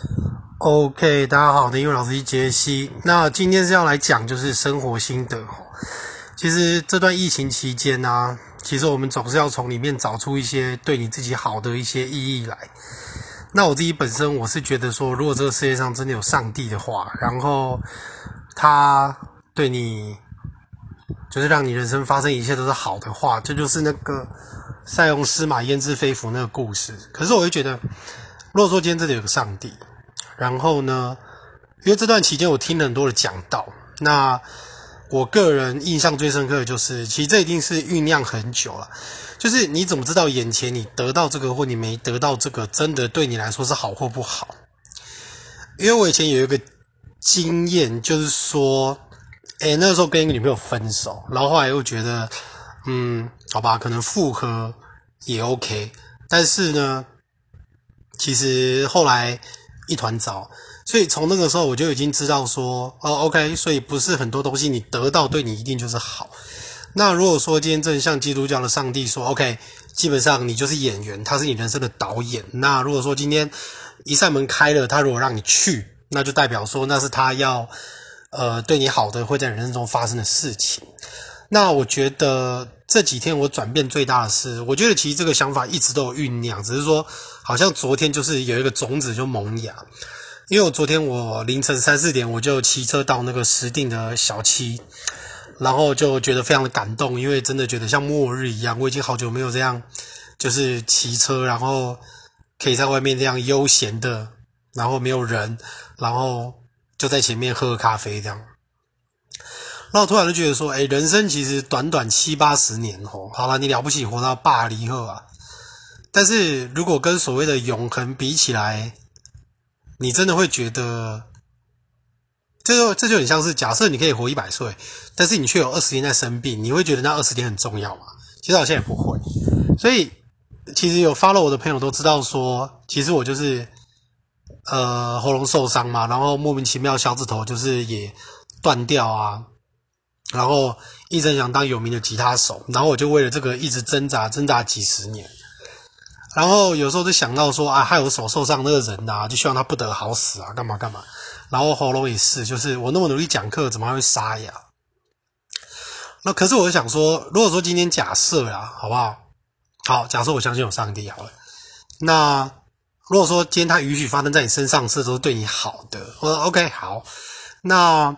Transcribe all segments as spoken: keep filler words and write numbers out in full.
OK， 大家好，我的英文老师是杰西。那今天是要来讲就是生活心得。其实这段疫情期间啊，其实我们总是要从里面找出一些对你自己好的一些意义来。那我自己本身我是觉得说，如果这个世界上真的有上帝的话，然后他对你就是让你人生发生一切都是好的话，这就是那个塞翁失马焉知非福那个故事。可是我会觉得，如果说今天这里有个上帝，然后呢，因为这段期间我听了很多的讲道，那我个人印象最深刻的就是，其实这一定是酝酿很久了。就是你怎么知道眼前你得到这个或你没得到这个，真的对你来说是好或不好？因为我以前有一个经验，就是说，诶，那个时候跟一个女朋友分手，然后后来又觉得，嗯，好吧，可能复合也 OK， 但是呢，其实后来一团糟，所以从那个时候我就已经知道说，哦 ，OK， 所以不是很多东西你得到对你一定就是好。那如果说今天真的像基督教的上帝说 OK， 基本上你就是演员，他是你人生的导演。那如果说今天一扇门开了，他如果让你去，那就代表说那是他要呃对你好的会在人生中发生的事情。那我觉得这几天我转变最大的是，我觉得其实这个想法一直都有酝酿，只是说好像昨天就是有一个种子就萌芽。因为我昨天我凌晨三四点我就骑车到那个石碇的小七，然后就觉得非常的感动，因为真的觉得像末日一样，我已经好久没有这样就是骑车，然后可以在外面这样悠闲的，然后没有人，然后就在前面喝咖啡这样。然后我突然就觉得说，诶，人生其实短短七八十年哦，好了，你了不起活到八十后啊，但是如果跟所谓的永恒比起来，你真的会觉得这就这就很像是假设你可以活一百岁，但是你却有二十年在生病，你会觉得那二十年很重要吗？其实好像也不会。所以其实有 follow 我的朋友都知道说，其实我就是呃喉咙受伤嘛，然后莫名其妙小指头就是也断掉啊，然后一直想当有名的吉他手，然后我就为了这个一直挣扎挣扎几十年。然后有时候就想到说啊，害我手受伤那个人啊，就希望他不得好死啊，干嘛干嘛。然后喉咙也是，就是我那么努力讲课，怎么还会沙哑？那可是我就想说，如果说今天假设啊，好不好？好，假设我相信有上帝好了。那如果说今天他允许发生在你身上，是都是对你好的，我说 OK 好，那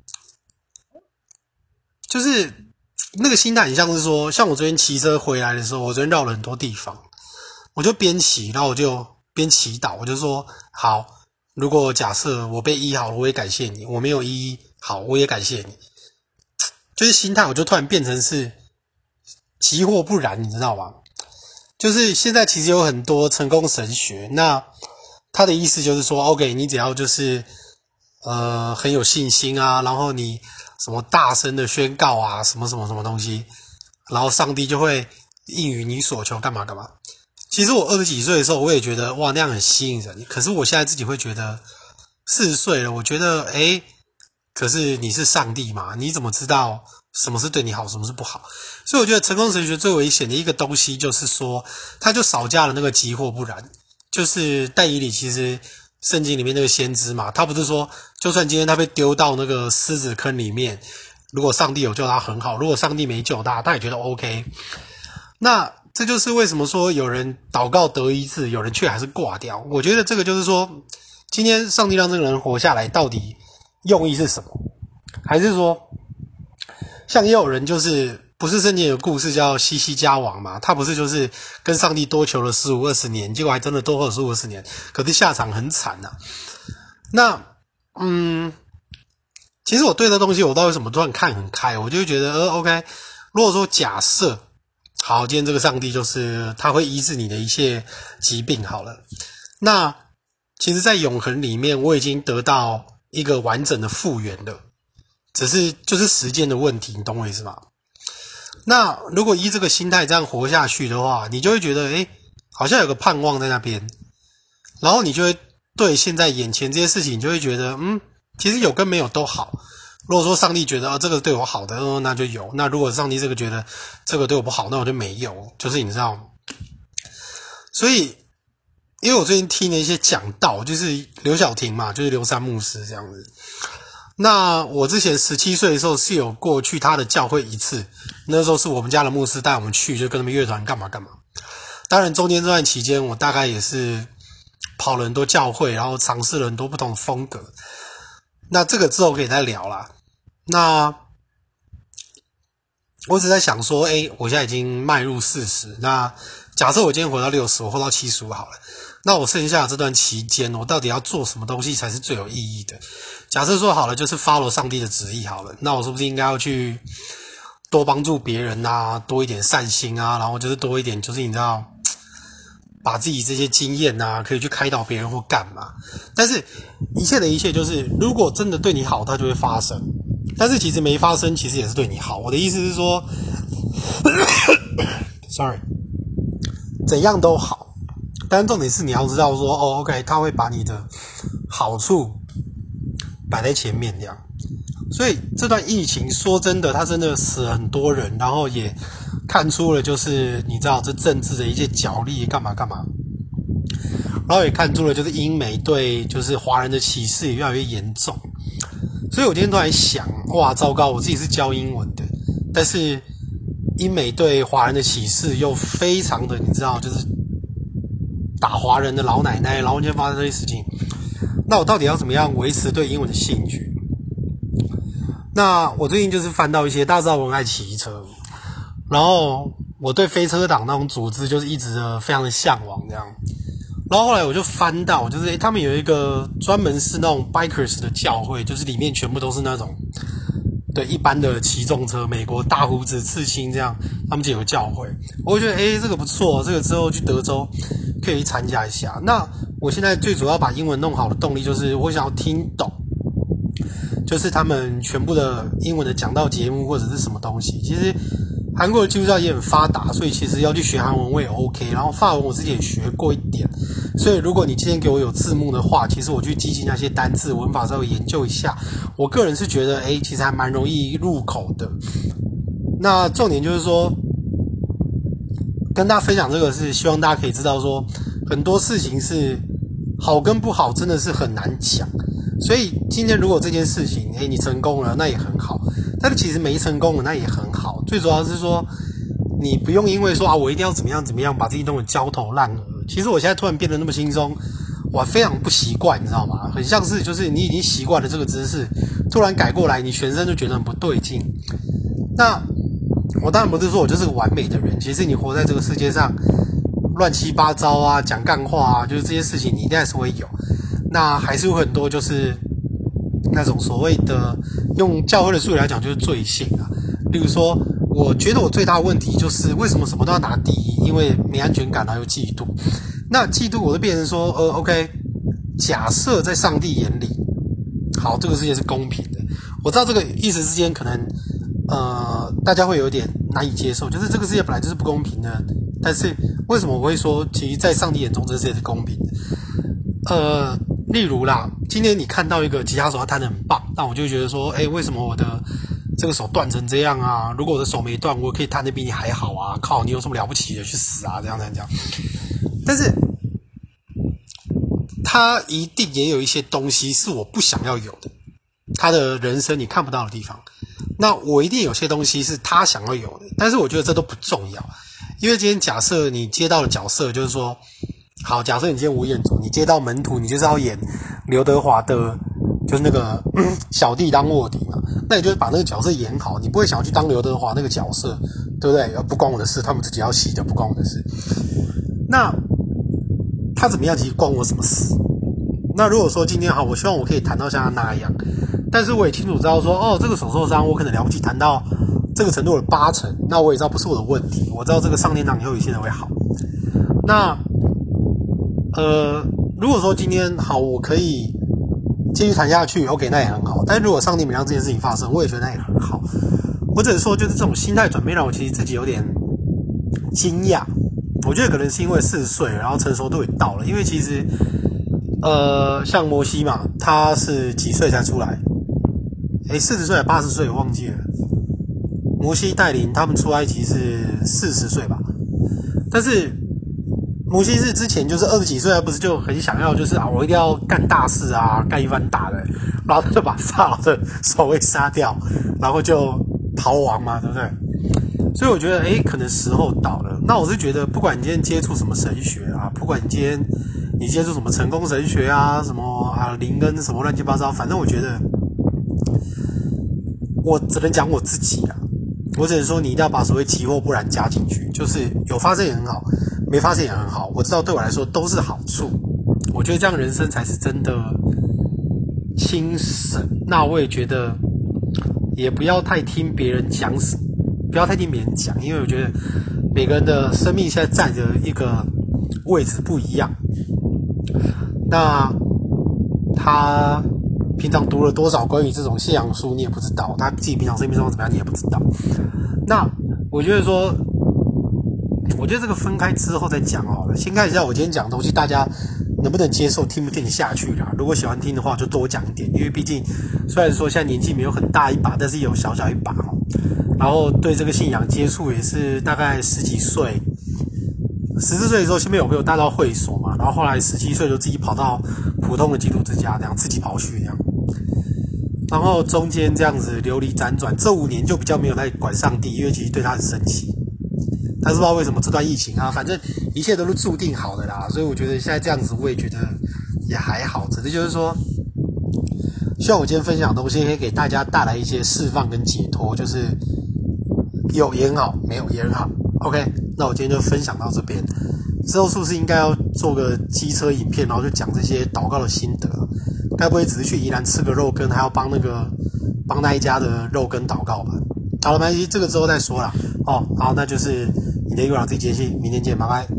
就是那个心态很像是说，像我昨天骑车回来的时候，我昨天绕了很多地方。我就边骑，然后我就边祈祷，我就说好，如果假设我被医好了，我也感谢你；我没有医好，我也感谢你。就是心态，我就突然变成是急或不然，你知道吗？就是现在其实有很多成功神学，那他的意思就是说 ，OK， 你只要就是呃很有信心啊，然后你什么大声的宣告啊，什么什么什么东西，然后上帝就会应允你所求，干嘛干嘛。其实我二十几岁的时候，我也觉得哇那样很吸引人。可是我现在自己会觉得，四十岁了，我觉得诶，可是你是上帝嘛，你怎么知道什么是对你好，什么是不好？所以我觉得成功神学最危险的一个东西，就是说，它就少加了那个急或不然。就是但以理其实圣经里面那个先知嘛，他不是说，就算今天他被丢到那个狮子坑里面，如果上帝有救他很好，如果上帝没救他，他也觉得 OK。那这就是为什么说有人祷告得医治，有人却还是挂掉。我觉得这个就是说，今天上帝让这个人活下来，到底用意是什么？还是说，像也有人就是不是圣经有故事叫西西家王嘛？他不是就是跟上帝多求了十五二十年，结果还真的多活了十五二十年，可是下场很惨啊。那嗯，其实我对这东西我不知道为什么突然看很开，我就会觉得呃 OK， 如果说假设。好，今天这个上帝就是他会医治你的一切疾病好了。那其实在永恒里面我已经得到一个完整的复原了，只是就是时间的问题，你懂我意思吗？那如果依这个心态这样活下去的话，你就会觉得诶好像有个盼望在那边，然后你就会对现在眼前这些事情，你就会觉得嗯，其实有跟没有都好。如果说上帝觉得、哦、这个对我好的、哦、那就有，那如果上帝这个觉得这个对我不好，那我就没有，就是你知道。所以因为我最近听了一些讲道，就是刘晓婷嘛，就是刘山牧师这样子。那我之前十七岁的时候是有过去他的教会一次，那时候是我们家的牧师带我们去，就跟他们乐团干嘛干嘛。当然中间这段期间我大概也是跑了很多教会，然后尝试了很多不同的风格。那这个之后可以再聊啦。那我只在想说，诶，我现在已经迈入四十，那假设我今天活到六十，我活到七十五好了。那我剩下的这段期间，我到底要做什么东西才是最有意义的？假设说好了，就是 follow 上帝的旨意好了，那我是不是应该要去多帮助别人啊，多一点善心啊，然后就是多一点，就是你知道，把自己这些经验啊，可以去开导别人或干嘛？但是一切的一切，就是如果真的对你好，它就会发生；但是其实没发生，其实也是对你好。我的意思是说，sorry， 怎样都好。但重点是你要知道说，哦 ，OK， 他会把你的好处摆在前面这样。所以这段疫情说真的，他真的死了很多人，然后也看出了就是你知道这政治的一些角力干嘛干嘛，然后也看出了就是英美对就是华人的歧视也越来越严重。所以我今天突然想，哇，糟糕，我自己是教英文的，但是英美对华人的歧视又非常的你知道就是打华人的老奶奶，然后就发生这些事情。那我到底要怎么样维持对英文的兴趣？那我最近就是翻到一些，大家知道我很爱骑车，然后我对飞车党那种组织就是一直的非常的向往这样。然后后来我就翻到，就是诶他们有一个专门是那种 bikers 的教会，就是里面全部都是那种对一般的骑重车，美国大胡子刺青这样，他们就有教会。我就觉得诶这个不错，这个之后去德州可以去参加一下。那我现在最主要把英文弄好的动力就是我想要听懂，就是他们全部的英文的讲道节目或者是什么东西。其实韩国的基督教也很发达，所以其实要去学韩文我也 OK， 然后法文我自己也学过一点，所以如果你今天给我有字幕的话，其实我去记记那些单字文法稍微研究一下，我个人是觉得诶其实还蛮容易入口的。那重点就是说跟大家分享这个是希望大家可以知道说很多事情是好跟不好真的是很难讲，所以今天如果这件事情诶你成功了那也很好，但是其实没成功了那也很好，最主要是说你不用因为说啊我一定要怎么样怎么样把自己弄得焦头烂额。其实我现在突然变得那么轻松，我非常不习惯，你知道吗？很像是就是你已经习惯了这个姿势，突然改过来你全身就觉得很不对劲。那我当然不是说我就是个完美的人，其实你活在这个世界上乱七八糟啊讲干话啊，就是这些事情你一定还是会有。那还是有很多就是那种所谓的用教会的术语来讲就是罪性啊。例如说我觉得我最大的问题就是为什么什么都要拿第一，因为没安全感然后又嫉妒。那嫉妒我就变成说呃 OK， 假设在上帝眼里好这个世界是公平的，我知道这个一时之间可能呃大家会有点难以接受，就是这个世界本来就是不公平的，但是为什么我会说其实在上帝眼中这个世界是公平的？呃例如啦，今天你看到一个吉他手他弹得很棒，那我就会觉得说诶为什么我的这个手断成这样啊，如果我的手没断我可以弹得比你还好啊，靠你有什么了不起的，去死啊，这样这样这样。但是他一定也有一些东西是我不想要有的，他的人生你看不到的地方，那我一定有些东西是他想要有的，但是我觉得这都不重要。因为今天假设你接到的角色就是说好，假设你今天吴彦祖你接到门徒，你就是要演刘德华的就是那个、嗯、小弟当卧底嘛，那你就把那个角色演好，你不会想要去当刘德华那个角色，对不对？不关我的事，他们自己要戏的，不关我的事。那他怎么样其实关我什么事？那如果说今天好，我希望我可以弹到像他那样，但是我也清楚知道说哦这个手受伤我可能了不起弹到这个程度的八成，那我也知道不是我的问题，我知道这个上天堂以后有些人会好。那呃如果说今天好我可以继续谈下去 OK 那也很好，但是如果上帝没让这件事情发生我也觉得那也很好。我只是说就是这种心态转变让我其实自己有点惊讶，我觉得可能是因为四十岁然后成熟度也到了，因为其实呃像摩西嘛他是几岁才出来，诶四十岁还八十岁我忘记了，摩西带领他们出埃及是四十岁吧，但是摩西是之前就是二十几岁，不是就很想要，就是啊，我一定要干大事啊，干一番大的，然后他就把法老的守卫杀掉，然后就逃亡嘛，对不对？所以我觉得，诶，可能时候到了。那我是觉得，不管你今天接触什么神学啊，不管你今天你接触什么成功神学啊，什么啊灵恩什么乱七八糟，反正我觉得，我只能讲我自己啊。我只能说，你一定要把所谓其或不然加进去，就是有发生也很好，没发生也很好。我知道对我来说都是好处，我觉得这样人生才是真的轻省。那我也觉得，也不要太听别人讲什么，不要太听别人讲，因为我觉得每个人的生命现在站着一个位置不一样。那他平常读了多少关于这种信仰书，你也不知道；他自己平常生命中怎么样，你也不知道。那我觉得说，我觉得这个分开之后再讲好了。先看一下我今天讲的东西，大家能不能接受，听不听得下去啦？如果喜欢听的话，就多讲一点，因为毕竟虽然说现在年纪没有很大一把，但是也有小小一把哦。然后对这个信仰接触也是大概十几岁。十四岁的时候，先被我朋友带到会所嘛，然后后来十七岁就自己跑到普通的基督之家，这样自己跑去这样，然后中间这样子流离辗转，这五年就比较没有在管上帝，因为其实对他很生气，但是不知道为什么这段疫情啊，反正一切都是注定好的啦，所以我觉得现在这样子我也觉得也还好，只是就是说，希望我今天分享的东西可以给大家带来一些释放跟解脱，就是有也很好，没有也很好。OK， 那我今天就分享到这边。之后是不是应该要做个机车影片，然后就讲这些祷告的心得？该不会只是去宜兰吃个肉羹，还要帮那个帮那一家的肉羹祷告吧？好了，没关系，这个之后再说啦。哦，好，那就是你的月亮自己坚信，明天见，拜拜。